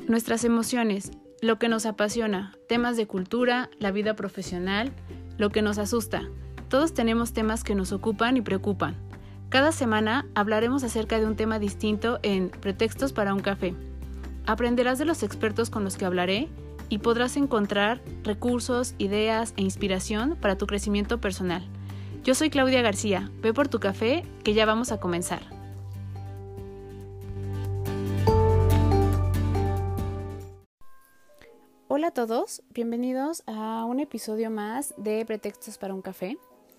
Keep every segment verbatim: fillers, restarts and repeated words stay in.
Nuestras emociones, lo que nos apasiona, temas de cultura, la vida profesional, lo que nos asusta. Todos tenemos temas que nos ocupan y preocupan. Cada semana hablaremos acerca de un tema distinto en Pretextos para un café. Aprenderás de los expertos con los que hablaré y podrás encontrar recursos, ideas e inspiración para tu crecimiento personal. Yo soy Claudia García. Ve por tu café, que ya vamos a comenzar. Hola a todos, bienvenidos a un episodio más de Pretextos para un café.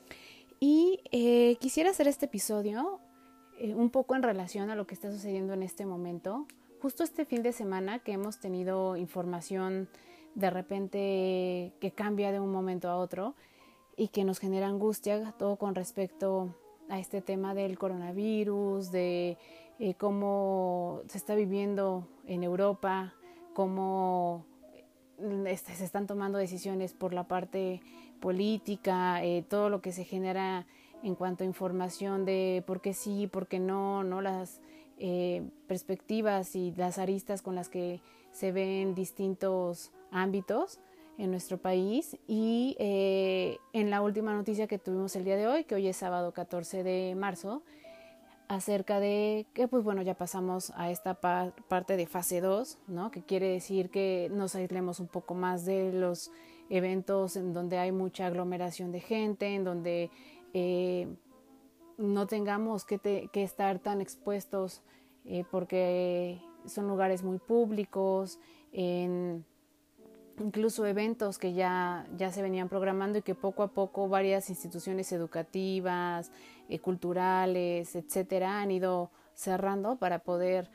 Y eh, quisiera hacer este episodio eh, un poco en relación a lo que está sucediendo en este momento. Justo este fin de semana que hemos tenido información de repente que cambia de un momento a otro y que nos genera angustia, todo con respecto a este tema del coronavirus, de eh, cómo se está viviendo en Europa, cómo este, se están tomando decisiones por la parte política, eh, todo lo que se genera en cuanto a información de por qué sí, por qué no, no las eh, perspectivas y las aristas con las que se ven distintos ámbitos en nuestro país. Y eh, en la última noticia que tuvimos el día de hoy, que hoy es sábado catorce de marzo, acerca de que pues bueno, ya pasamos a esta pa- parte de fase dos, ¿no? Que quiere decir que nos aislemos un poco más de los eventos en donde hay mucha aglomeración de gente, en donde eh, no tengamos que, te, que estar tan expuestos eh, porque son lugares muy públicos, en incluso eventos que ya, ya se venían programando y que poco a poco varias instituciones educativas, eh, culturales, etcétera, han ido cerrando para poder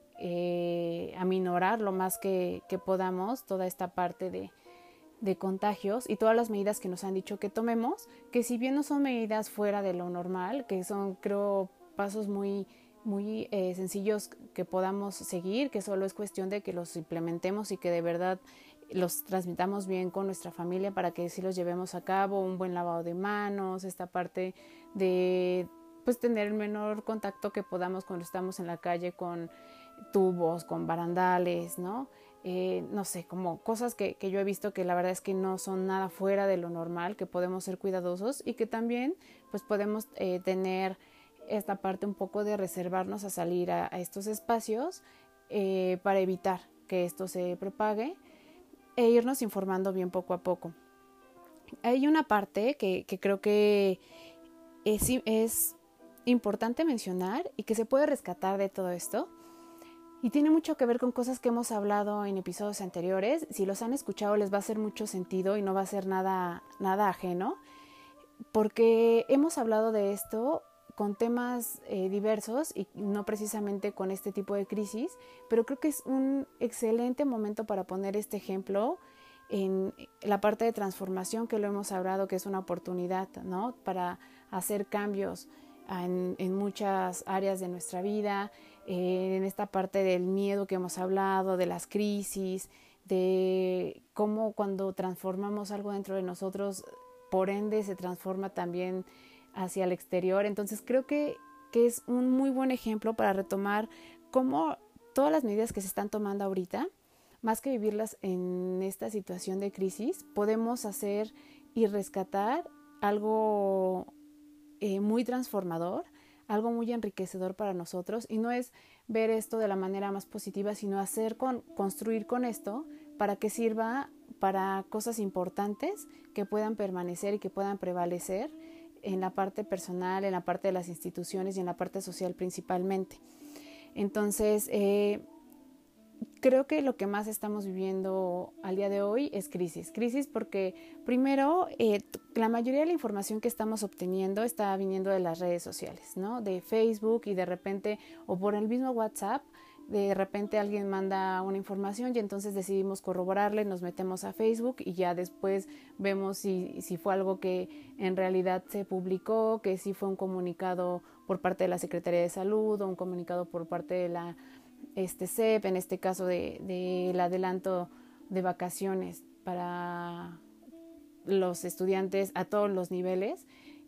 eh, aminorar lo más que, que podamos toda esta parte de, de contagios y todas las medidas que nos han dicho que tomemos, que si bien no son medidas fuera de lo normal, que son, creo, pasos muy muy eh, sencillos que podamos seguir, que solo es cuestión de que los implementemos y que de verdad los transmitamos bien con nuestra familia para que sí los llevemos a cabo, un buen lavado de manos, esta parte de pues tener el menor contacto que podamos cuando estamos en la calle con tubos, con barandales, ¿no? Eh, no sé, como cosas que, que yo he visto que la verdad es que no son nada fuera de lo normal, que podemos ser cuidadosos y que también pues podemos eh, tener esta parte un poco de reservarnos a salir a, a estos espacios eh, para evitar que esto se propague e irnos informando bien poco a poco. Hay una parte que, que creo que es, es importante mencionar y que se puede rescatar de todo esto y tiene mucho que ver con cosas que hemos hablado en episodios anteriores. Si los han escuchado les va a hacer mucho sentido y no va a ser nada, nada ajeno, porque hemos hablado de esto con temas eh, diversos y no precisamente con este tipo de crisis, pero creo que es un excelente momento para poner este ejemplo en la parte de transformación que lo hemos hablado, que es una oportunidad, ¿no? Para hacer cambios en, en muchas áreas de nuestra vida, eh, en esta parte del miedo que hemos hablado, de las crisis, de cómo cuando transformamos algo dentro de nosotros, por ende se transforma también hacia el exterior. Entonces creo que, que es un muy buen ejemplo para retomar cómo todas las medidas que se están tomando ahorita, más que vivirlas en esta situación de crisis, podemos hacer y rescatar algo eh, muy transformador, algo muy enriquecedor para nosotros, y no es ver esto de la manera más positiva, sino hacer con, construir con esto para que sirva para cosas importantes que puedan permanecer y que puedan prevalecer en la parte personal, en la parte de las instituciones y en la parte social principalmente. Entonces, eh, creo que lo que más estamos viviendo al día de hoy es crisis. Crisis porque, primero, eh, la mayoría de la información que estamos obteniendo está viniendo de las redes sociales, ¿no? De Facebook y de repente, o por el mismo WhatsApp, de repente alguien manda una información y entonces decidimos corroborarle, nos metemos a Facebook y ya después vemos si, si fue algo que en realidad se publicó, que sí fue un comunicado por parte de la Secretaría de Salud o un comunicado por parte de la este C E P, en este caso de, de el adelanto de vacaciones para los estudiantes a todos los niveles.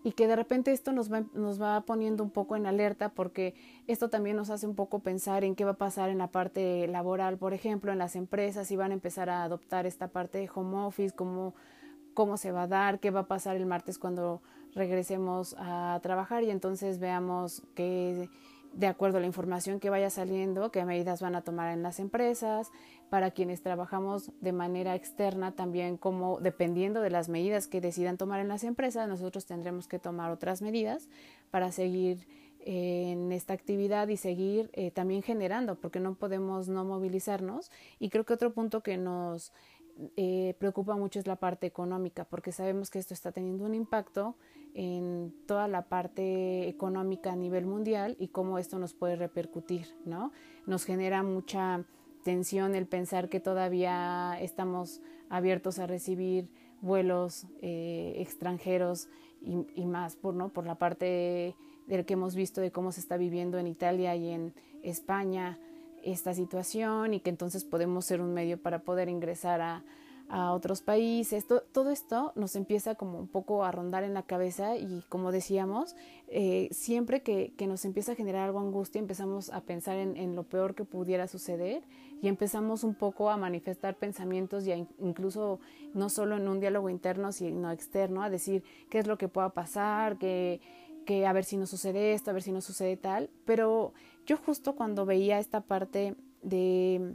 y que de repente esto nos va, nos va poniendo un poco en alerta, porque esto también nos hace un poco pensar en qué va a pasar en la parte laboral, por ejemplo, en las empresas, si van a empezar a adoptar esta parte de home office, cómo, cómo se va a dar, qué va a pasar el martes cuando regresemos a trabajar, y entonces veamos que, de acuerdo a la información que vaya saliendo, qué medidas van a tomar en las empresas. Para quienes trabajamos de manera externa, también como dependiendo de las medidas que decidan tomar en las empresas, nosotros tendremos que tomar otras medidas para seguir eh, en esta actividad y seguir eh, también generando, porque no podemos no movilizarnos. Y creo que otro punto que nos eh, preocupa mucho es la parte económica, porque sabemos que esto está teniendo un impacto en toda la parte económica a nivel mundial y cómo esto nos puede repercutir, ¿no? Nos genera mucha tensión el pensar que todavía estamos abiertos a recibir vuelos eh, extranjeros y, y más por, ¿no? por la parte del que hemos visto de cómo se está viviendo en Italia y en España esta situación, y que entonces podemos ser un medio para poder ingresar a, a otros países. Todo, todo esto nos empieza como un poco a rondar en la cabeza, y como decíamos, eh, siempre que, que nos empieza a generar algo angustia, empezamos a pensar en, en lo peor que pudiera suceder, y empezamos un poco a manifestar pensamientos, y a incluso no solo en un diálogo interno, sino externo, a decir qué es lo que pueda pasar, que, que a ver si no sucede esto, a ver si no sucede tal. Pero yo justo cuando veía esta parte de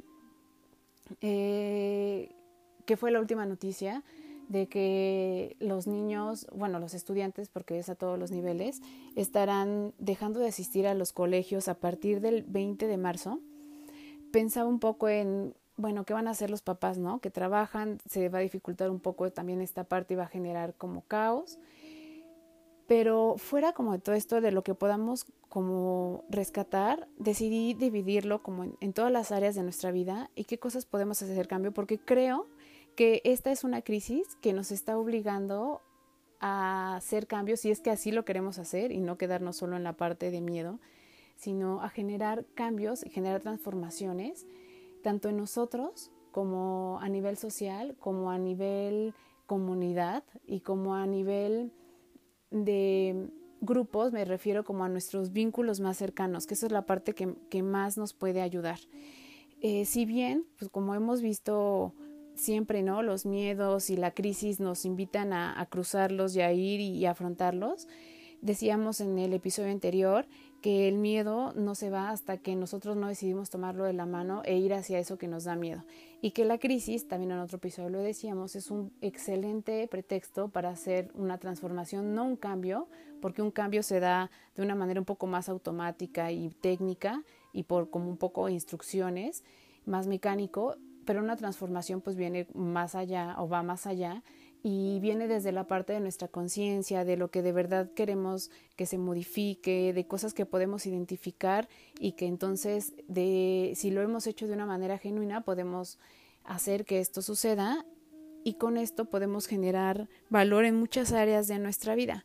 eh, que fue la última noticia de que los niños, bueno, los estudiantes, porque es a todos los niveles, estarán dejando de asistir a los colegios a partir del veinte de marzo, pensaba un poco en, bueno, ¿qué van a hacer los papás, no? Que trabajan, se va a dificultar un poco también esta parte y va a generar como caos. Pero fuera como de todo esto, de lo que podamos como rescatar, decidí dividirlo como en, en todas las áreas de nuestra vida y qué cosas podemos hacer cambio, porque creo que esta es una crisis que nos está obligando a hacer cambios, si es que así lo queremos hacer, y no quedarnos solo en la parte de miedo, sino a generar cambios y generar transformaciones, tanto en nosotros como a nivel social, como a nivel comunidad y como a nivel de grupos. Me refiero como a nuestros vínculos más cercanos, que esa es la parte que, que más nos puede ayudar. Eh, si bien, pues como hemos visto siempre, ¿no? Los miedos y la crisis nos invitan a, a cruzarlos y a ir y, y a afrontarlos. Decíamos en el episodio anterior que el miedo no se va hasta que nosotros no decidimos tomarlo de la mano e ir hacia eso que nos da miedo. Y que la crisis, también en otro episodio lo decíamos, es un excelente pretexto para hacer una transformación, no un cambio, porque un cambio se da de una manera un poco más automática y técnica y por como un poco instrucciones, más mecánico, pero una transformación pues viene más allá o va más allá, y viene desde la parte de nuestra conciencia, de lo que de verdad queremos que se modifique, de cosas que podemos identificar, y que entonces, de, si lo hemos hecho de una manera genuina, podemos hacer que esto suceda, y con esto podemos generar valor en muchas áreas de nuestra vida.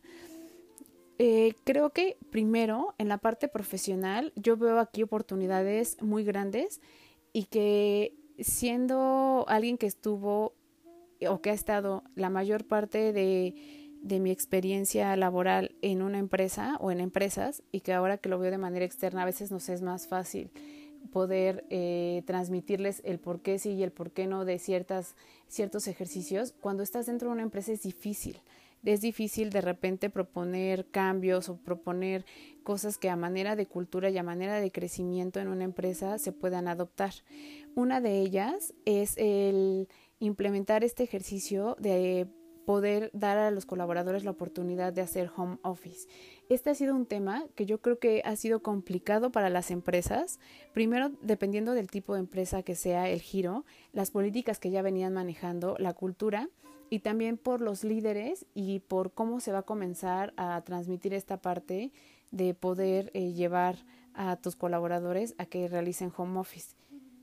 Eh, creo que primero, en la parte profesional, yo veo aquí oportunidades muy grandes, y que siendo alguien que estuvo o que ha estado la mayor parte de, de mi experiencia laboral en una empresa o en empresas, y que ahora que lo veo de manera externa a veces nos es más fácil poder eh, transmitirles el por qué sí y el por qué no de ciertas, ciertos ejercicios. Cuando estás dentro de una empresa es difícil. Es difícil de repente proponer cambios o proponer cosas que a manera de cultura y a manera de crecimiento en una empresa se puedan adoptar. Una de ellas es el implementar este ejercicio de poder dar a los colaboradores la oportunidad de hacer home office. Este ha sido un tema que yo creo que ha sido complicado para las empresas, primero dependiendo del tipo de empresa que sea, el giro, las políticas que ya venían manejando, la cultura, y también por los líderes y por cómo se va a comenzar a transmitir esta parte de poder eh, llevar a tus colaboradores a que realicen home office.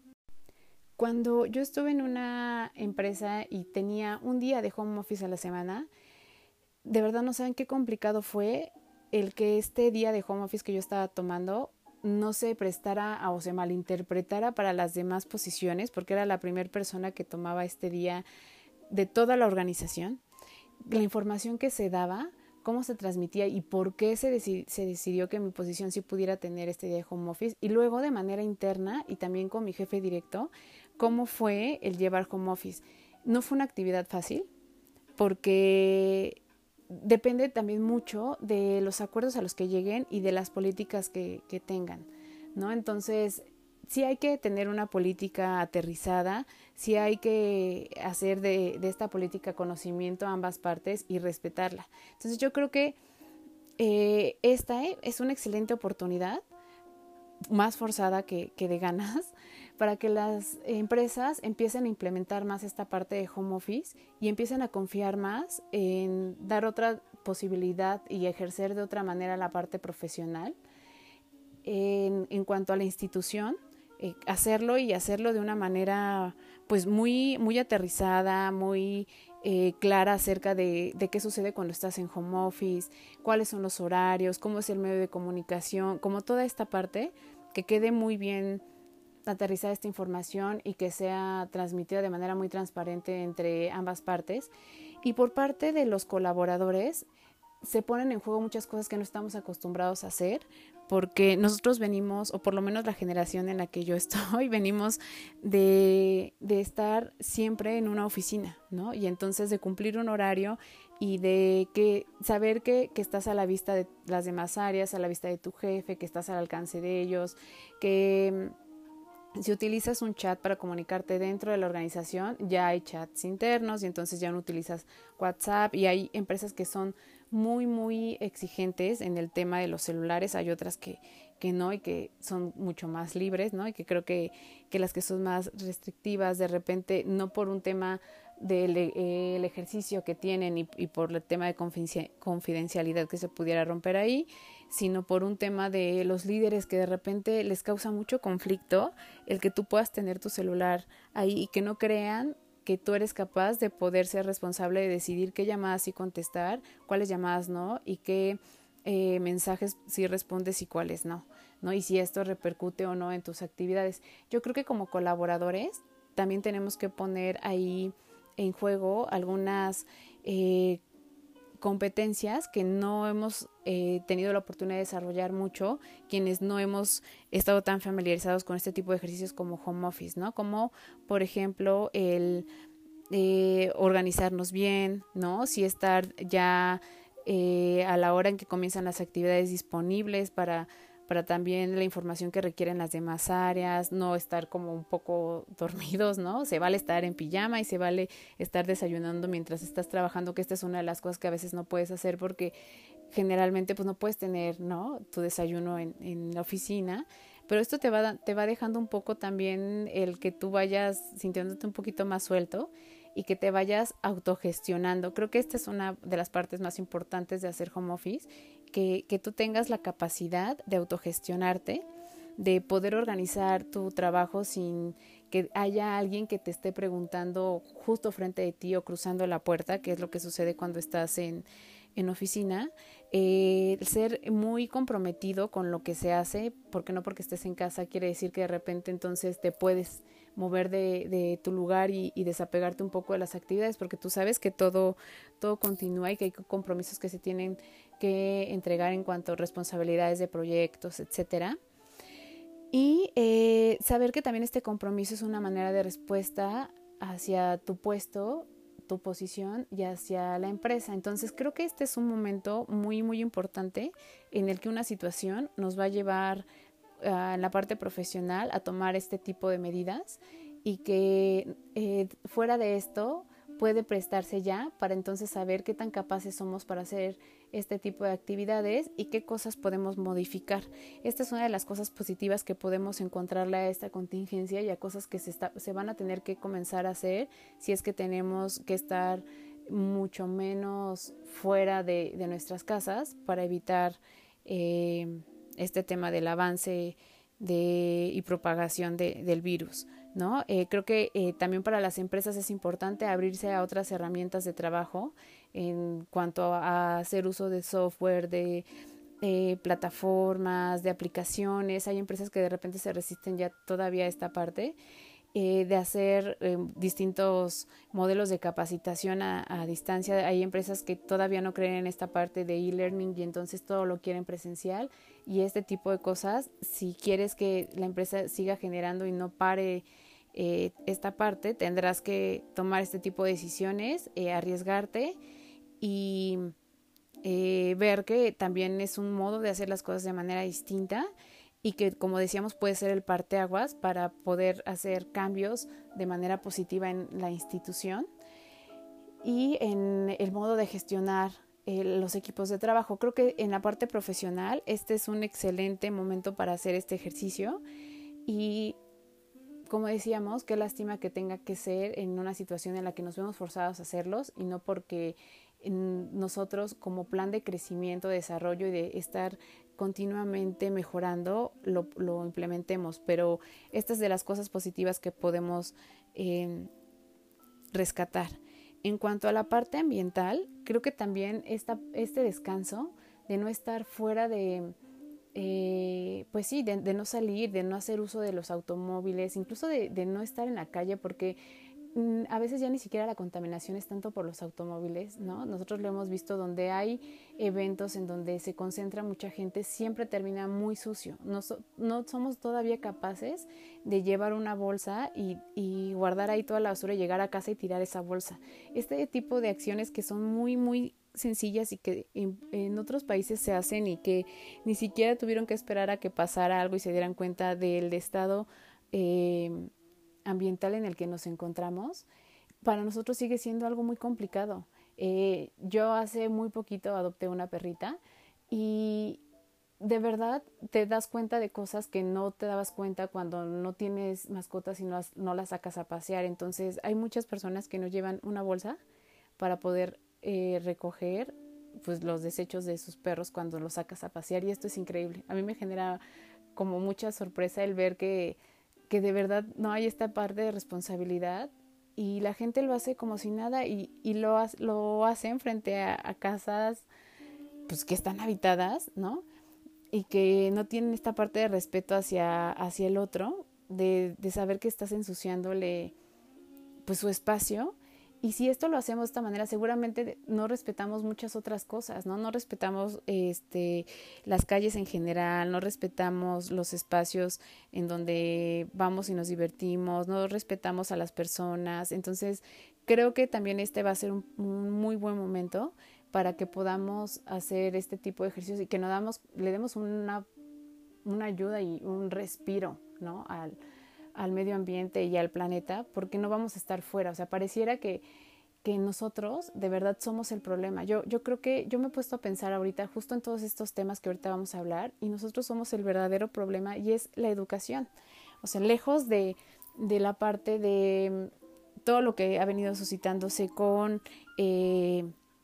Cuando yo estuve en una empresa y tenía un día de home office a la semana, de verdad no saben qué complicado fue el que este día de home office que yo estaba tomando no se prestara a, o se malinterpretara para las demás posiciones, porque era la primera persona que tomaba este día de toda la organización. La información que se daba cómo se transmitía y por qué se, deci- se decidió que mi posición sí pudiera tener este día de home office, y luego de manera interna y también con mi jefe directo, cómo fue el llevar home office. No fue una actividad fácil porque depende también mucho de los acuerdos a los que lleguen y de las políticas que, que tengan, ¿no? Entonces, sí hay que tener una política aterrizada, sí hay que hacer de, de esta política conocimiento a ambas partes y respetarla. Entonces, yo creo que eh, esta eh, es una excelente oportunidad, más forzada que, que de ganas, para que las empresas empiecen a implementar más esta parte de home office y empiecen a confiar más en dar otra posibilidad y ejercer de otra manera la parte profesional. En, en cuanto a la institución, eh, hacerlo y hacerlo de una manera pues muy, muy aterrizada, muy eh, clara acerca de, de qué sucede cuando estás en home office, cuáles son los horarios, cómo es el medio de comunicación, como toda esta parte, que quede muy bien aterrizada esta información y que sea transmitida de manera muy transparente entre ambas partes. Y por parte de los colaboradores, se ponen en juego muchas cosas que no estamos acostumbrados a hacer, porque nosotros venimos, o por lo menos la generación en la que yo estoy, venimos de, de estar siempre en una oficina, ¿no? Y entonces de cumplir un horario y de que saber que, que estás a la vista de las demás áreas, a la vista de tu jefe, que estás al alcance de ellos, que si utilizas un chat para comunicarte dentro de la organización, ya hay chats internos y entonces ya no utilizas WhatsApp, y hay empresas que son muy, muy exigentes en el tema de los celulares, hay otras que, que no y que son mucho más libres, ¿no? Y que creo que, que las que son más restrictivas de repente, no por un tema del eh, el ejercicio que tienen y, y por el tema de confidencialidad que se pudiera romper ahí, sino por un tema de los líderes que de repente les causa mucho conflicto el que tú puedas tener tu celular ahí y que no crean que tú eres capaz de poder ser responsable de decidir qué llamadas sí contestar, cuáles llamadas no, y qué eh, mensajes sí respondes y cuáles no, ¿no? Y si esto repercute o no en tus actividades. Yo creo que como colaboradores también tenemos que poner ahí en juego algunas eh, competencias que no hemos eh, tenido la oportunidad de desarrollar mucho, quienes no hemos estado tan familiarizados con este tipo de ejercicios como home office, ¿no? Como, por ejemplo, el eh, organizarnos bien, ¿no? Sí estar ya eh, a la hora en que comienzan las actividades disponibles para para también la información que requieren las demás áreas, no estar como un poco dormidos, ¿no? Se vale estar en pijama y se vale estar desayunando mientras estás trabajando, que esta es una de las cosas que a veces no puedes hacer porque generalmente pues no puedes tener, ¿no? Tu desayuno en, en la oficina, pero esto te va, te va dejando un poco también el que tú vayas sintiéndote un poquito más suelto y que te vayas autogestionando. Creo que esta es una de las partes más importantes de hacer home office, que, que tú tengas la capacidad de autogestionarte, de poder organizar tu trabajo sin que haya alguien que te esté preguntando justo frente de ti o cruzando la puerta, que es lo que sucede cuando estás en, en oficina. Eh, ser muy comprometido con lo que se hace, porque no porque estés en casa quiere decir que de repente entonces te puedes mover de, de tu lugar y, y desapegarte un poco de las actividades, porque tú sabes que todo, todo continúa y que hay compromisos que se tienen que entregar en cuanto a responsabilidades de proyectos, etcétera. Y eh, saber que también este compromiso es una manera de respuesta hacia tu puesto, tu posición y hacia la empresa. Entonces creo que este es un momento muy, muy importante en el que una situación nos va a llevar uh, en la parte profesional a tomar este tipo de medidas, y que eh, fuera de esto puede prestarse ya para entonces saber qué tan capaces somos para hacer este tipo de actividades y qué cosas podemos modificar. Esta es una de las cosas positivas que podemos encontrarle a esta contingencia y a cosas que se, está, se van a tener que comenzar a hacer si es que tenemos que estar mucho menos fuera de, de nuestras casas para evitar eh, este tema del avance de, y propagación de, del virus, ¿no? Eh, creo que eh, también para las empresas es importante abrirse a otras herramientas de trabajo en cuanto a hacer uso de software, de eh, plataformas, de aplicaciones. Hay empresas que de repente se resisten ya todavía a esta parte, eh, de hacer eh, distintos modelos de capacitación a, a distancia. Hay empresas que todavía no creen en esta parte de e-learning y entonces todo lo quieren presencial, y este tipo de cosas, si quieres que la empresa siga generando y no pare eh, esta parte, tendrás que tomar este tipo de decisiones, eh, arriesgarte y eh, ver que también es un modo de hacer las cosas de manera distinta, y que, como decíamos, puede ser el parteaguas para poder hacer cambios de manera positiva en la institución y en el modo de gestionar eh, los equipos de trabajo. Creo que en la parte profesional este es un excelente momento para hacer este ejercicio, y como decíamos, qué lástima que tenga que ser en una situación en la que nos vemos forzados a hacerlos y no porque nosotros, como plan de crecimiento, de desarrollo y de estar continuamente mejorando, lo, lo implementemos. Pero esta es de las cosas positivas que podemos eh, rescatar. En cuanto a la parte ambiental, creo que también esta, este descanso de no estar fuera de, eh, pues sí, de, de no salir, de no hacer uso de los automóviles, incluso de, de no estar en la calle, porque a veces ya ni siquiera la contaminación es tanto por los automóviles, ¿no? Nosotros lo hemos visto donde hay eventos en donde se concentra mucha gente, siempre termina muy sucio. No, so, no somos todavía capaces de llevar una bolsa y, y guardar ahí toda la basura y llegar a casa y tirar esa bolsa. Este tipo de acciones que son muy, muy sencillas y que en, en otros países se hacen y que ni siquiera tuvieron que esperar a que pasara algo y se dieran cuenta del estado eh, ambiental en el que nos encontramos, para nosotros sigue siendo algo muy complicado. Eh, yo hace muy poquito adopté una perrita y de verdad te das cuenta de cosas que no te dabas cuenta cuando no tienes mascotas y no, no las sacas a pasear. Entonces hay muchas personas que nos llevan una bolsa para poder eh, recoger pues los desechos de sus perros cuando los sacas a pasear, y esto es increíble. A mí me genera como mucha sorpresa el ver que que de verdad no hay esta parte de responsabilidad y la gente lo hace como si nada, y, y lo, lo hacen frente a, a casas pues que están habitadas, ¿no? Y que no tienen esta parte de respeto hacia, hacia el otro, de, de saber que estás ensuciándole pues su espacio. Y si esto lo hacemos de esta manera, seguramente no respetamos muchas otras cosas, ¿no? No respetamos este, las calles en general, no respetamos los espacios en donde vamos y nos divertimos, no respetamos a las personas. Entonces, creo que también este va a ser un, un muy buen momento para que podamos hacer este tipo de ejercicios y que nos damos, le demos una, una ayuda y un respiro, ¿no? Al al medio ambiente y al planeta, porque no vamos a estar fuera. O sea, pareciera que, que nosotros de verdad somos el problema. Yo, yo creo que yo me he puesto a pensar ahorita justo en todos estos temas que ahorita vamos a hablar, y nosotros somos el verdadero problema, y es la educación. O sea, lejos de, de la parte de todo lo que ha venido suscitándose con eh,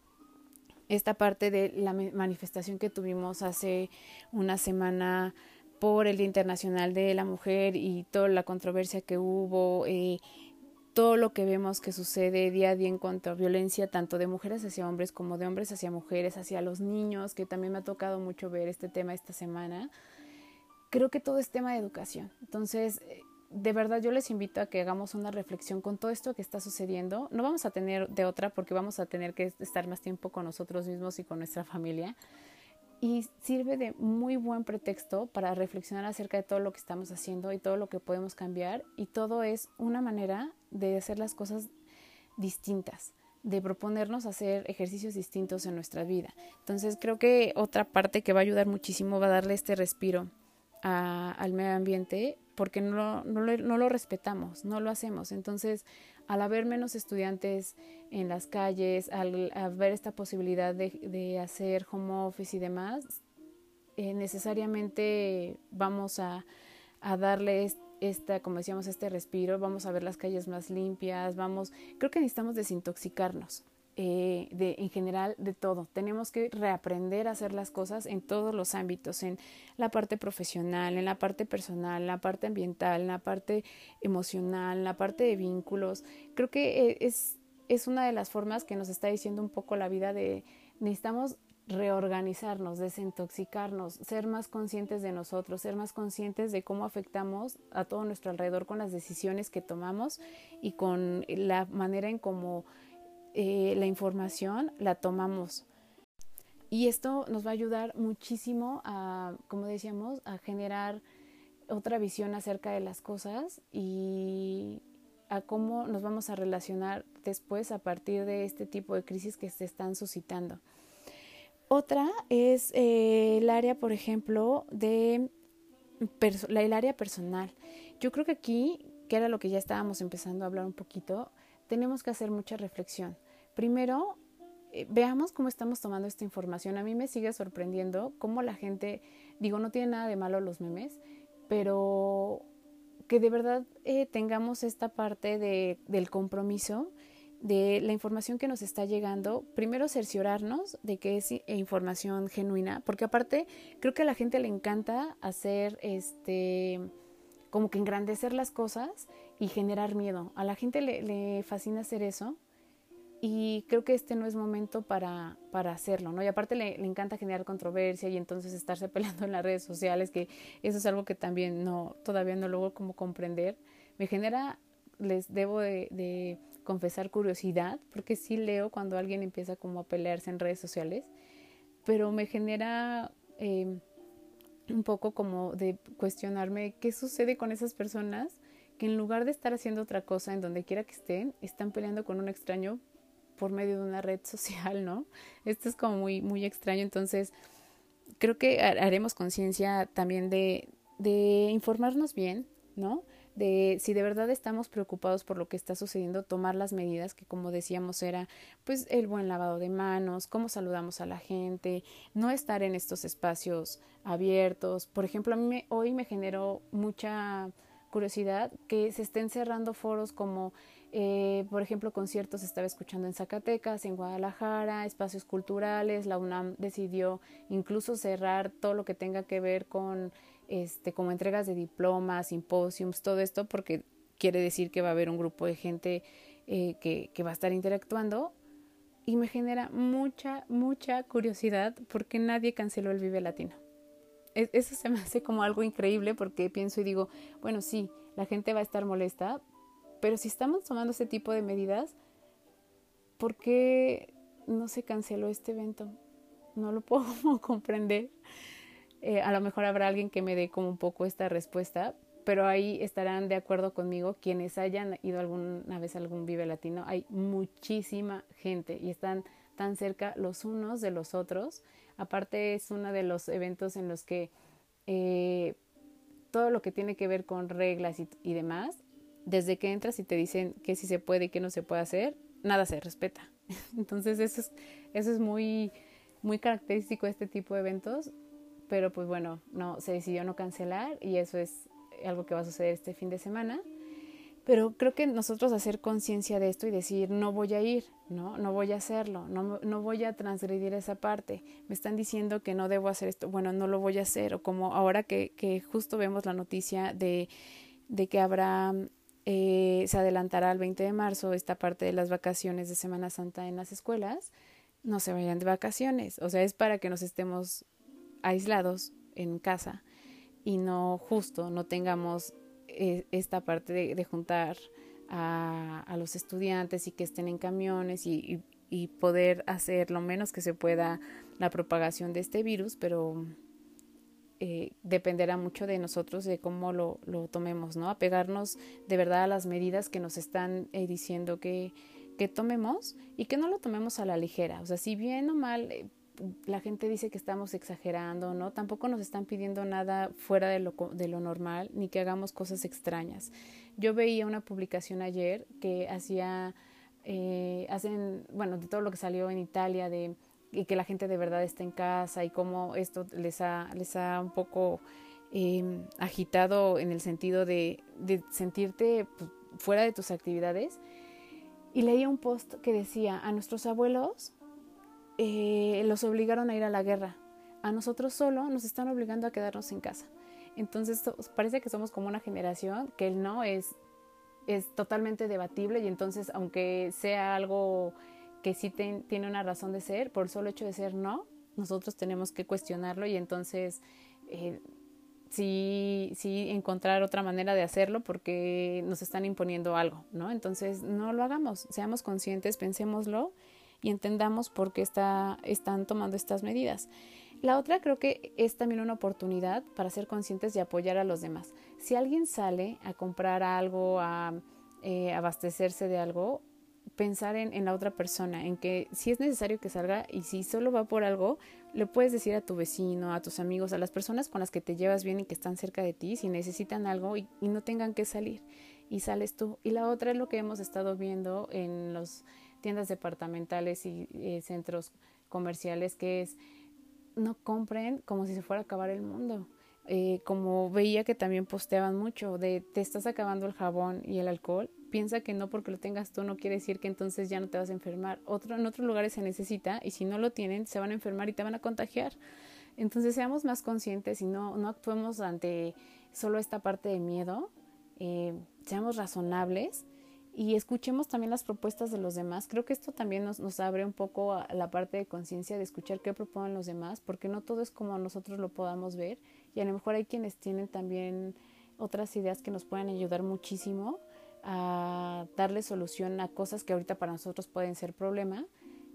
esta parte de la manifestación que tuvimos hace una semana por el Día Internacional de la Mujer y toda la controversia que hubo, eh, todo lo que vemos que sucede día a día en cuanto a violencia, tanto de mujeres hacia hombres como de hombres hacia mujeres, hacia los niños, que también me ha tocado mucho ver este tema esta semana. Creo que todo es tema de educación. Entonces, de verdad yo les invito a que hagamos una reflexión con todo esto que está sucediendo. No vamos a tener de otra, porque vamos a tener que estar más tiempo con nosotros mismos y con nuestra familia. Y sirve de muy buen pretexto para reflexionar acerca de todo lo que estamos haciendo y todo lo que podemos cambiar, y todo es una manera de hacer las cosas distintas, de proponernos hacer ejercicios distintos en nuestra vida. Entonces creo que otra parte que va a ayudar muchísimo va a darle este respiro a, al medio ambiente, porque no, no, lo, no lo respetamos, no lo hacemos. Entonces, al haber menos estudiantes en las calles, al haber esta posibilidad de, de hacer home office y demás, eh, necesariamente vamos a, a darle esta, como decíamos, este respiro, vamos a ver las calles más limpias, vamos, creo que necesitamos desintoxicarnos. Eh, de, en general de todo. Tenemos que reaprender a hacer las cosas en todos los ámbitos, en la parte profesional, en la parte personal, en la parte ambiental, en la parte emocional, en la parte de vínculos. Creo que es, es una de las formas que nos está diciendo un poco la vida de necesitamos reorganizarnos, desintoxicarnos, ser más conscientes de nosotros, ser más conscientes de cómo afectamos a todo nuestro alrededor con las decisiones que tomamos y con la manera en cómo eh, la información la tomamos. Y esto nos va a ayudar muchísimo a, como decíamos, a generar otra visión acerca de las cosas y a cómo nos vamos a relacionar después a partir de este tipo de crisis que se están suscitando. Otra es eh, el área, por ejemplo, de perso- la, el área personal. Yo creo que aquí, que era lo que ya estábamos empezando a hablar un poquito, tenemos que hacer mucha reflexión. Primero, eh, veamos cómo estamos tomando esta información. A mí me sigue sorprendiendo cómo la gente, digo, no tiene nada de malo los memes, pero que de verdad eh, tengamos esta parte de, del compromiso de la información que nos está llegando, primero cerciorarnos de que es información genuina, porque aparte creo que a la gente le encanta hacer este como que engrandecer las cosas y generar miedo. A la gente le, le fascina hacer eso y creo que este no es momento para, para hacerlo, ¿no? Y aparte le, le encanta generar controversia y entonces estarse peleando en las redes sociales, que eso es algo que también no, todavía no logro como comprender. Me genera, les debo de, de confesar curiosidad, porque sí leo cuando alguien empieza como a pelearse en redes sociales, pero me genera eh, un poco como de cuestionarme qué sucede con esas personas que en lugar de estar haciendo otra cosa en donde quiera que estén, están peleando con un extraño por medio de una red social, ¿no? Esto es como muy, muy extraño, entonces creo que haremos conciencia también de, de informarnos bien, ¿no? De si de verdad estamos preocupados por lo que está sucediendo, tomar las medidas que, como decíamos, era pues el buen lavado de manos, cómo saludamos a la gente, no estar en estos espacios abiertos. Por ejemplo, a mí me, hoy me generó mucha curiosidad que se estén cerrando foros como eh, por ejemplo, conciertos estaba escuchando en Zacatecas, en Guadalajara, espacios culturales. La UNAM decidió incluso cerrar todo lo que tenga que ver con este, como entregas de diplomas, simposiums, todo esto, porque quiere decir que va a haber un grupo de gente eh, que, que va a estar interactuando. Y me genera mucha, mucha curiosidad porque nadie canceló el Vive Latino. Eso se me hace como algo increíble porque pienso y digo, bueno, sí, la gente va a estar molesta, pero si estamos tomando este tipo de medidas, ¿por qué no se canceló este evento? No lo puedo comprender. Eh, a lo mejor habrá alguien que me dé como un poco esta respuesta, pero ahí estarán de acuerdo conmigo quienes hayan ido alguna vez a algún Vive Latino. Hay muchísima gente y están tan cerca los unos de los otros. Aparte es uno de los eventos en los que eh, todo lo que tiene que ver con reglas y, y demás, desde que entras y te dicen que sí se puede y que no se puede hacer, nada se respeta. Entonces eso es, eso es muy, muy característico de este tipo de eventos, pero pues bueno, no, se decidió no cancelar y eso es algo que va a suceder este fin de semana. Pero creo que nosotros hacer conciencia de esto y decir, no voy a ir, no, no voy a hacerlo, no, no voy a transgredir esa parte. Me están diciendo que no debo hacer esto, bueno, no lo voy a hacer. O como ahora que, que justo vemos la noticia de, de que habrá, eh, se adelantará al veinte de marzo esta parte de las vacaciones de Semana Santa en las escuelas, no se vayan de vacaciones. O sea, es para que nos estemos aislados en casa y no justo, no tengamos esta parte de, de juntar a, a los estudiantes y que estén en camiones y, y, y poder hacer lo menos que se pueda la propagación de este virus, pero eh, dependerá mucho de nosotros, de cómo lo, lo tomemos, ¿no? Apegarnos de verdad a las medidas que nos están eh, diciendo que, que tomemos y que no lo tomemos a la ligera. O sea, si bien o mal eh, la gente dice que estamos exagerando, ¿no? Tampoco nos están pidiendo nada fuera de lo, de lo normal, ni que hagamos cosas extrañas. Yo veía una publicación ayer que hacía, eh, hacen, bueno, de todo lo que salió en Italia, de y que la gente de verdad está en casa y cómo esto les ha, les ha un poco eh, agitado en el sentido de, de sentirte pues, fuera de tus actividades. Y leía un post que decía, a nuestros abuelos Eh, los obligaron a ir a la guerra. A nosotros solo nos están obligando a quedarnos en casa. Entonces parece que somos como una generación que el no es, es totalmente debatible y entonces aunque sea algo que sí ten, tiene una razón de ser, por el solo hecho de ser no, nosotros tenemos que cuestionarlo y entonces eh, sí, sí encontrar otra manera de hacerlo porque nos están imponiendo algo, ¿no? Entonces no lo hagamos, seamos conscientes, pensémoslo y entendamos por qué está, están tomando estas medidas. La otra creo que es también una oportunidad para ser conscientes y apoyar a los demás. Si alguien sale a comprar algo, a eh, abastecerse de algo, pensar en, en la otra persona, en que si es necesario que salga y si solo va por algo, le puedes decir a tu vecino, a tus amigos, a las personas con las que te llevas bien y que están cerca de ti, si necesitan algo y, y no tengan que salir y sales tú. Y la otra es lo que hemos estado viendo en las tiendas departamentales y eh, centros comerciales, que es no compren como si se fuera a acabar el mundo. Eh, como veía que también posteaban mucho de te estás acabando el jabón y el alcohol, piensa que no porque lo tengas tú no quiere decir que entonces ya no te vas a enfermar. Otro, en otros lugares se necesita y si no lo tienen se van a enfermar y te van a contagiar. Entonces seamos más conscientes y no, no actuemos ante solo esta parte de miedo, eh, seamos razonables y escuchemos también las propuestas de los demás. Creo que esto también nos, nos abre un poco a la parte de conciencia de escuchar qué proponen los demás, porque no todo es como nosotros lo podamos ver y a lo mejor hay quienes tienen también otras ideas que nos pueden ayudar muchísimo a darle solución a cosas que ahorita para nosotros pueden ser problema.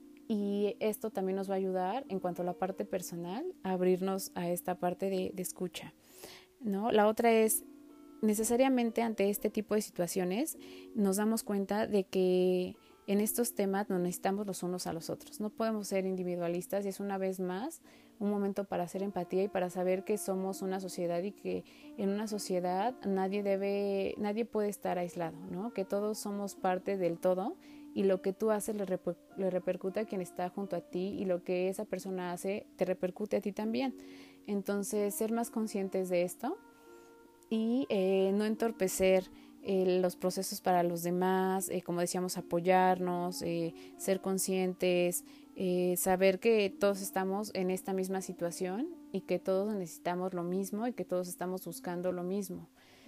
Y esto también nos va a ayudar en cuanto a la parte personal, a abrirnos a esta parte de, de escucha, ¿no? La otra es, necesariamente ante este tipo de situaciones, nos damos cuenta de que en estos temas nos necesitamos los unos a los otros. No podemos ser individualistas y es una vez más un momento para hacer empatía y para saber que somos una sociedad y que en una sociedad nadie debe, nadie puede estar aislado, ¿no? Que todos somos parte del todo y lo que tú haces le, reper, le repercute a quien está junto a ti y lo que esa persona hace te repercute a ti también. Entonces, ser más conscientes de esto y eh, no entorpecer eh, los procesos para los demás, eh, como decíamos, apoyarnos, eh, ser conscientes, eh, saber que todos estamos en esta misma situación y que todos necesitamos lo mismo y que todos estamos buscando lo mismo.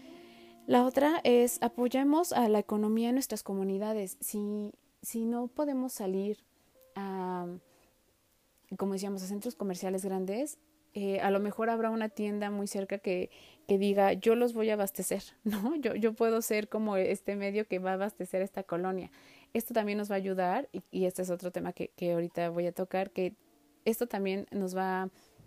La otra es apoyemos a la economía en nuestras comunidades. Si, si no podemos salir a, como decíamos, a centros comerciales grandes, eh, a lo mejor habrá una tienda muy cerca que, que diga yo los voy a abastecer, ¿no? Yo, yo puedo ser como este medio que va a abastecer esta colonia. Esto también nos va a ayudar y, y este es otro tema que, que ahorita voy a tocar, que esto también nos va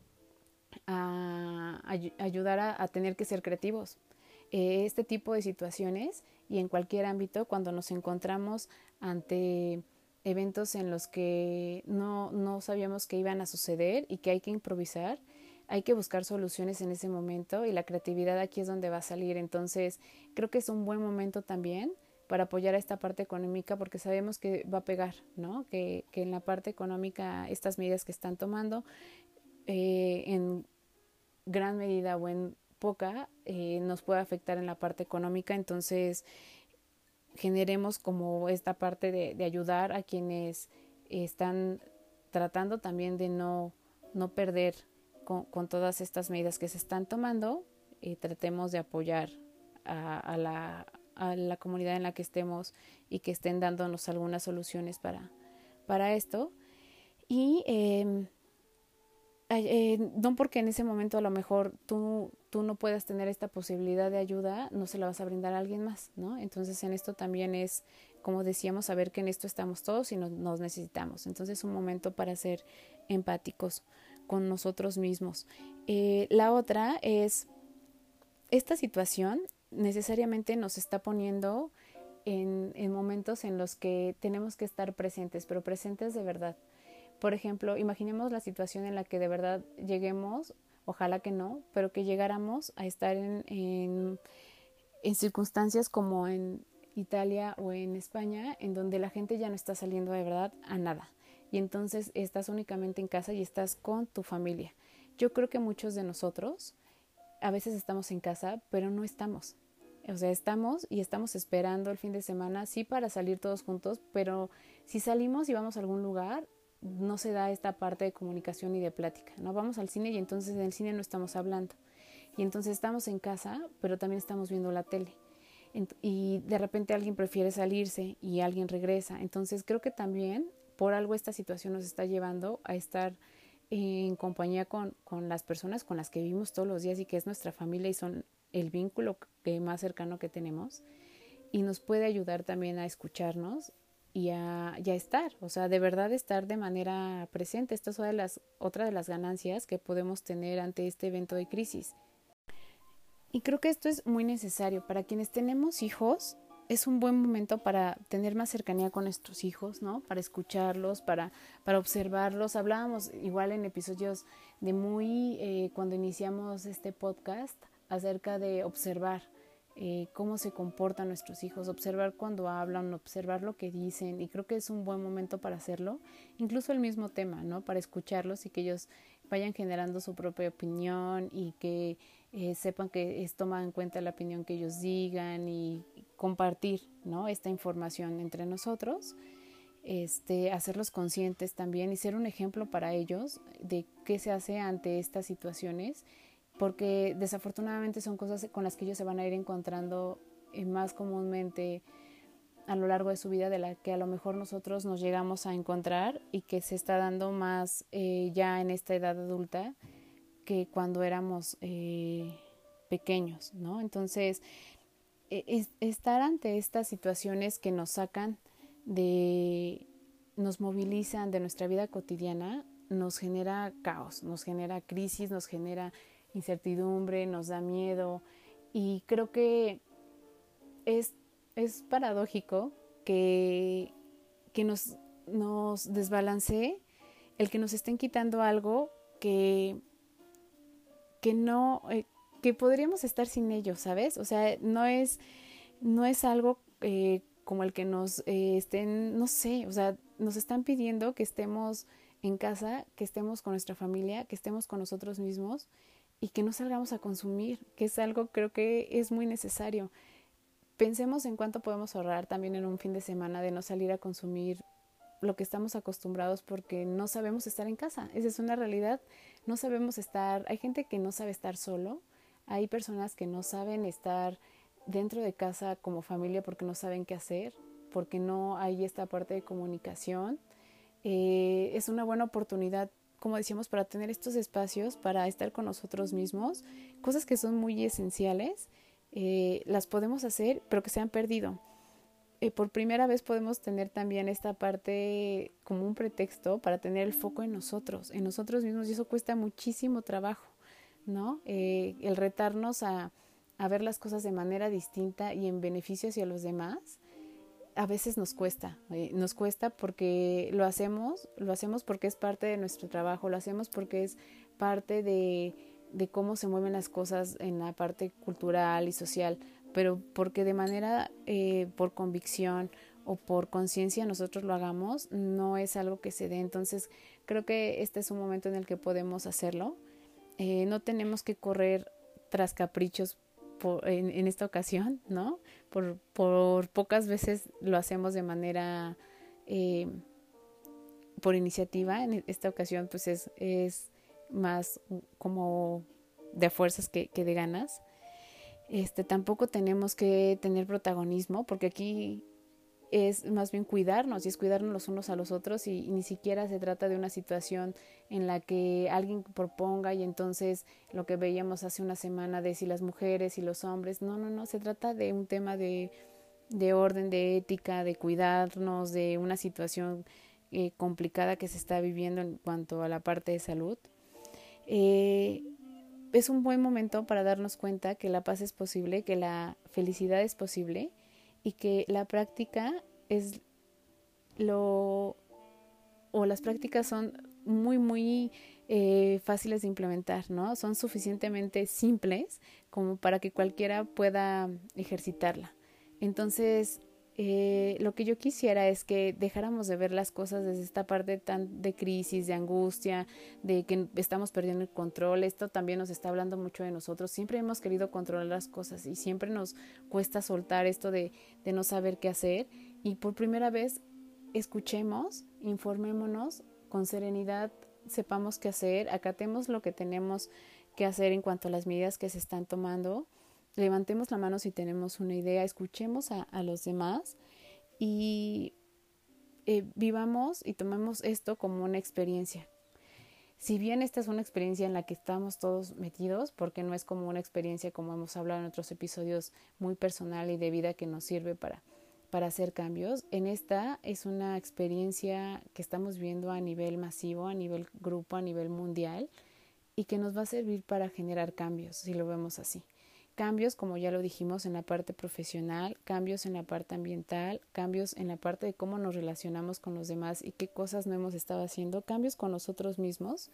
a, a ayudar a, a tener que ser creativos. Eh, este tipo de situaciones y en cualquier ámbito cuando nos encontramos ante eventos en los que no, no sabíamos que iban a suceder y que hay que improvisar, hay que buscar soluciones en ese momento y la creatividad aquí es donde va a salir. Entonces creo que es un buen momento también para apoyar a esta parte económica porque sabemos que va a pegar, ¿no? Que, que en la parte económica estas medidas que están tomando eh, en gran medida o en poca eh, nos puede afectar en la parte económica, entonces generemos como esta parte de, de ayudar a quienes están tratando también de no, no perder con, con todas estas medidas que se están tomando y tratemos de apoyar a, a, la, a la comunidad en la que estemos y que estén dándonos algunas soluciones para, para esto y eh, Eh, no porque en ese momento a lo mejor tú, tú no puedas tener esta posibilidad de ayuda, no se la vas a brindar a alguien más, ¿no? Entonces en esto también es, como decíamos, saber que en esto estamos todos y nos, nos necesitamos. Entonces es un momento para ser empáticos con nosotros mismos. Eh, la otra es, esta situación necesariamente nos está poniendo en, en momentos en los que tenemos que estar presentes, pero presentes de verdad. Por ejemplo, imaginemos la situación en la que de verdad lleguemos, ojalá que no, pero que llegáramos a estar en, en, en circunstancias como en Italia o en España, en donde la gente ya no está saliendo de verdad a nada. Y entonces estás únicamente en casa y estás con tu familia. Yo creo que muchos de nosotros a veces estamos en casa, pero no estamos. O sea, estamos y estamos esperando el fin de semana, sí, para salir todos juntos, pero si salimos y vamos a algún lugar, no se da esta parte de comunicación y de plática, ¿no? Vamos al cine y entonces en el cine no estamos hablando. Y entonces estamos en casa, pero también estamos viendo la tele. Y de repente alguien prefiere salirse y alguien regresa. Entonces creo que también por algo esta situación nos está llevando a estar en compañía con, con las personas con las que vivimos todos los días y que es nuestra familia y son el vínculo que más cercano que tenemos, y nos puede ayudar también a escucharnos y a, y a estar, o sea, de verdad estar de manera presente. Esta es otra de las, otra de las ganancias que podemos tener ante este evento de crisis. Y creo que esto es muy necesario para quienes tenemos hijos. Es un buen momento para tener más cercanía con nuestros hijos, ¿no? Para escucharlos, para, para observarlos. Hablábamos igual en episodios de muy, eh, cuando iniciamos este podcast, acerca de observar eh, cómo se comportan nuestros hijos, observar cuando hablan, observar lo que dicen, y creo que es un buen momento para hacerlo. Incluso el mismo tema, ¿no? Para escucharlos y que ellos vayan generando su propia opinión y que eh, sepan que es tomada en cuenta la opinión que ellos digan, y compartir, ¿no? Esta información entre nosotros, este, hacerlos conscientes también y ser un ejemplo para ellos de qué se hace ante estas situaciones, porque desafortunadamente son cosas con las que ellos se van a ir encontrando eh, más comúnmente a lo largo de su vida, de la que a lo mejor nosotros nos llegamos a encontrar y que se está dando más eh, ya en esta edad adulta que cuando éramos eh, pequeños, ¿no? Entonces, es, estar ante estas situaciones que nos sacan de, nos movilizan de nuestra vida cotidiana, nos genera caos, nos genera crisis, nos genera incertidumbre, nos da miedo, y creo que es, es paradójico que, que nos, nos desbalancee el que nos estén quitando algo que que no, eh, que podríamos estar sin ellos, ¿sabes? O sea, no es, no es algo eh, como el que nos eh, estén, no sé, o sea, nos están pidiendo que estemos en casa, que estemos con nuestra familia, que estemos con nosotros mismos y que no salgamos a consumir, que es algo creo que es muy necesario. Pensemos en cuánto podemos ahorrar también en un fin de semana de no salir a consumir lo que estamos acostumbrados, porque no sabemos estar en casa. Esa es una realidad. No sabemos estar, hay gente que no sabe estar solo, hay personas que no saben estar dentro de casa como familia porque no saben qué hacer, porque no hay esta parte de comunicación. Eh, es una buena oportunidad, como decíamos, para tener estos espacios, para estar con nosotros mismos, cosas que son muy esenciales, eh, las podemos hacer, pero que se han perdido. Eh, por primera vez podemos tener también esta parte como un pretexto para tener el foco en nosotros, en nosotros mismos, y eso cuesta muchísimo trabajo, ¿no? Eh, el retarnos a, a ver las cosas de manera distinta y en beneficio hacia los demás, a veces nos cuesta, eh, nos cuesta porque lo hacemos, lo hacemos porque es parte de nuestro trabajo, lo hacemos porque es parte de, de cómo se mueven las cosas en la parte cultural y social, pero porque de manera, eh, por convicción o por conciencia nosotros lo hagamos, no es algo que se dé. Entonces creo que este es un momento en el que podemos hacerlo. Eh, no tenemos que correr tras caprichos por, en, en esta ocasión, ¿no? Por, por pocas veces lo hacemos de manera, eh, por iniciativa. En esta ocasión pues es, es más como de fuerzas que, que de ganas. Este, tampoco tenemos que tener protagonismo, porque aquí es más bien cuidarnos, y es cuidarnos los unos a los otros, y, y ni siquiera se trata de una situación en la que alguien proponga y entonces lo que veíamos hace una semana de si las mujeres y los hombres, no, no, no, se trata de un tema de, de orden, de ética, de cuidarnos, de una situación eh, complicada que se está viviendo en cuanto a la parte de salud. Eh, es un buen momento para darnos cuenta que la paz es posible, que la felicidad es posible, y que la práctica es lo, o las prácticas son muy, muy eh, fáciles de implementar, ¿no? Son suficientemente simples como para que cualquiera pueda ejercitarla. Entonces, eh, lo que yo quisiera es que dejáramos de ver las cosas desde esta parte tan de crisis, de angustia, de que estamos perdiendo el control. Esto también nos está hablando mucho de nosotros. Siempre hemos querido controlar las cosas y siempre nos cuesta soltar esto de, de no saber qué hacer. Y por primera vez, escuchemos, informémonos con serenidad, sepamos qué hacer, acatemos lo que tenemos que hacer en cuanto a las medidas que se están tomando. Levantemos la mano si tenemos una idea, escuchemos a, a los demás y eh, vivamos y tomemos esto como una experiencia. si bien esta es una experiencia en la que estamos todos metidos, porque no es como una experiencia, como hemos hablado en otros episodios, muy personal y de vida que nos sirve para, para hacer cambios, en esta es una experiencia que estamos viendo a nivel masivo, a nivel grupo, a nivel mundial, y que nos va a servir para generar cambios, si lo vemos así. Cambios, como ya lo dijimos, en la parte profesional, cambios en la parte ambiental, cambios en la parte de cómo nos relacionamos con los demás y qué cosas no hemos estado haciendo, cambios con nosotros mismos,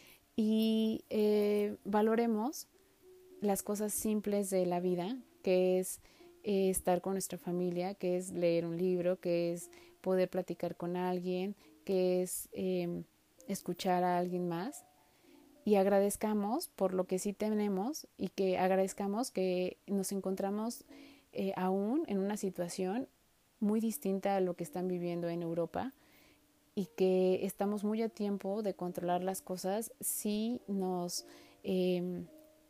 y eh, valoremos las cosas simples de la vida, que es eh, estar con nuestra familia, que es leer un libro, que es poder platicar con alguien, que es eh, escuchar a alguien más. Y agradezcamos por lo que sí tenemos y que agradezcamos que nos encontramos eh, aún en una situación muy distinta a lo que están viviendo en Europa y que estamos muy a tiempo de controlar las cosas si nos, eh,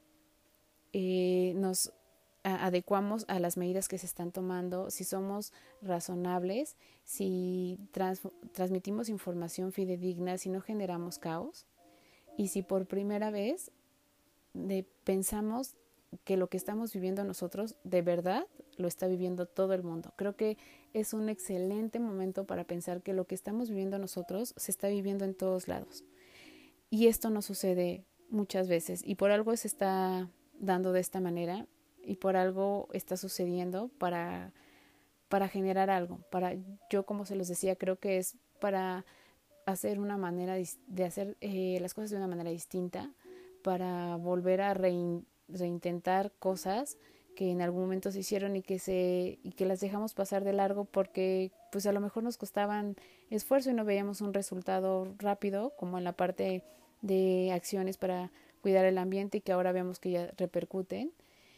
eh, nos a- adecuamos a las medidas que se están tomando, si somos razonables, si trans- transmitimos información fidedigna, si no generamos caos. Y si por primera vez de, pensamos que lo que estamos viviendo nosotros de verdad lo está viviendo todo el mundo. Creo que es un excelente momento para pensar que lo que estamos viviendo nosotros se está viviendo en todos lados. Y esto no sucede muchas veces y por algo se está dando de esta manera y por algo está sucediendo para, para generar algo. Para, yo como se los decía, creo que es para hacer una manera de hacer eh, las cosas de una manera distinta, para volver a rein, reintentar cosas que en algún momento se hicieron y que se y que las dejamos pasar de largo porque pues a lo mejor nos costaban esfuerzo y no veíamos un resultado rápido, como en la parte de acciones para cuidar el ambiente y que ahora vemos que ya repercuten.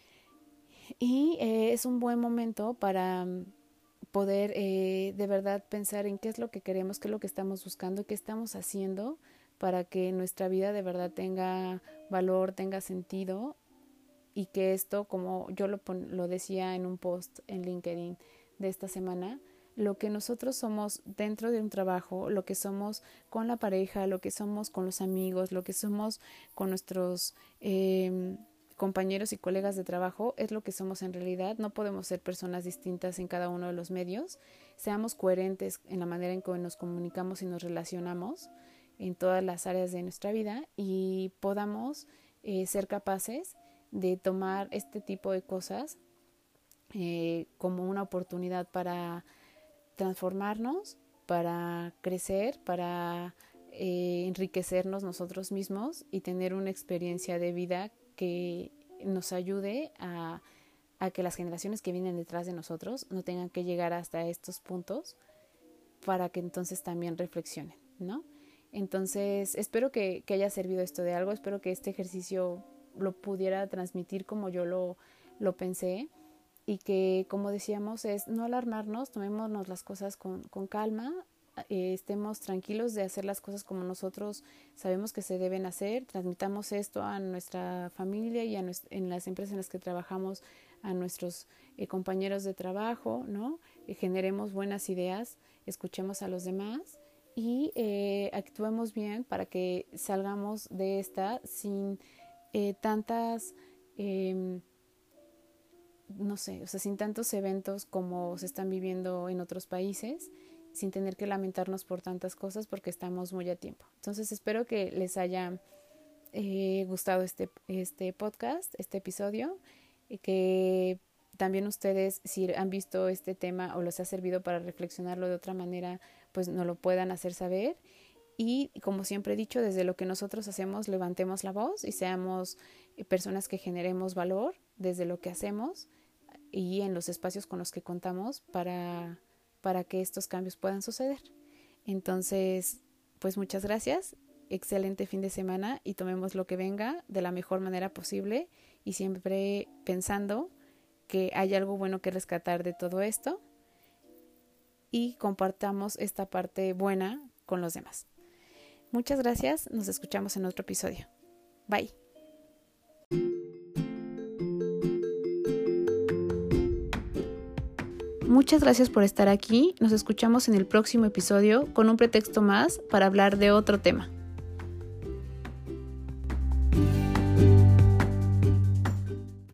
Y eh, es un buen momento para poder eh, de verdad pensar en qué es lo que queremos, qué es lo que estamos buscando, qué estamos haciendo para que nuestra vida de verdad tenga valor, tenga sentido y que esto, como yo lo, pon- lo decía en un post en LinkedIn de esta semana, lo que nosotros somos dentro de un trabajo, lo que somos con la pareja, lo que somos con los amigos, lo que somos con nuestros eh, compañeros y colegas de trabajo, es lo que somos en realidad. No podemos ser personas distintas en cada uno de los medios. Seamos coherentes en la manera en que nos comunicamos y nos relacionamos en todas las áreas de nuestra vida y podamos eh, ser capaces de tomar este tipo de cosas eh, como una oportunidad para transformarnos, para crecer, para eh, enriquecernos nosotros mismos y tener una experiencia de vida que nos ayude a, a que las generaciones que vienen detrás de nosotros no tengan que llegar hasta estos puntos para que entonces también reflexionen, ¿no? Entonces, espero que, que haya servido esto de algo, espero que este ejercicio lo pudiera transmitir como yo lo, lo pensé y que, como decíamos, es no alarmarnos, tomémonos las cosas con, con calma, eh, estemos tranquilos de hacer las cosas como nosotros sabemos que se deben hacer, transmitamos esto a nuestra familia y a nuestra, en las empresas en las que trabajamos, a nuestros eh, compañeros de trabajo, ¿no? Eh, generemos buenas ideas, escuchemos a los demás y eh, actuemos bien para que salgamos de esta sin eh, tantas, eh, no sé, o sea, sin tantos eventos como se están viviendo en otros países, sin tener que lamentarnos por tantas cosas porque estamos muy a tiempo. Entonces espero que les haya eh, gustado este, este podcast, este episodio, y que también ustedes, si han visto este tema o les ha servido para reflexionarlo de otra manera, pues nos lo puedan hacer saber. Y como siempre he dicho, desde lo que nosotros hacemos, levantemos la voz y seamos personas que generemos valor desde lo que hacemos y en los espacios con los que contamos para, para que estos cambios puedan suceder. Entonces, pues muchas gracias, excelente fin de semana y tomemos lo que venga de la mejor manera posible y siempre pensando que hay algo bueno que rescatar de todo esto y compartamos esta parte buena con los demás. Muchas gracias, nos escuchamos en otro episodio. Bye. Muchas gracias por estar aquí, nos escuchamos en el próximo episodio con un pretexto más para hablar de otro tema.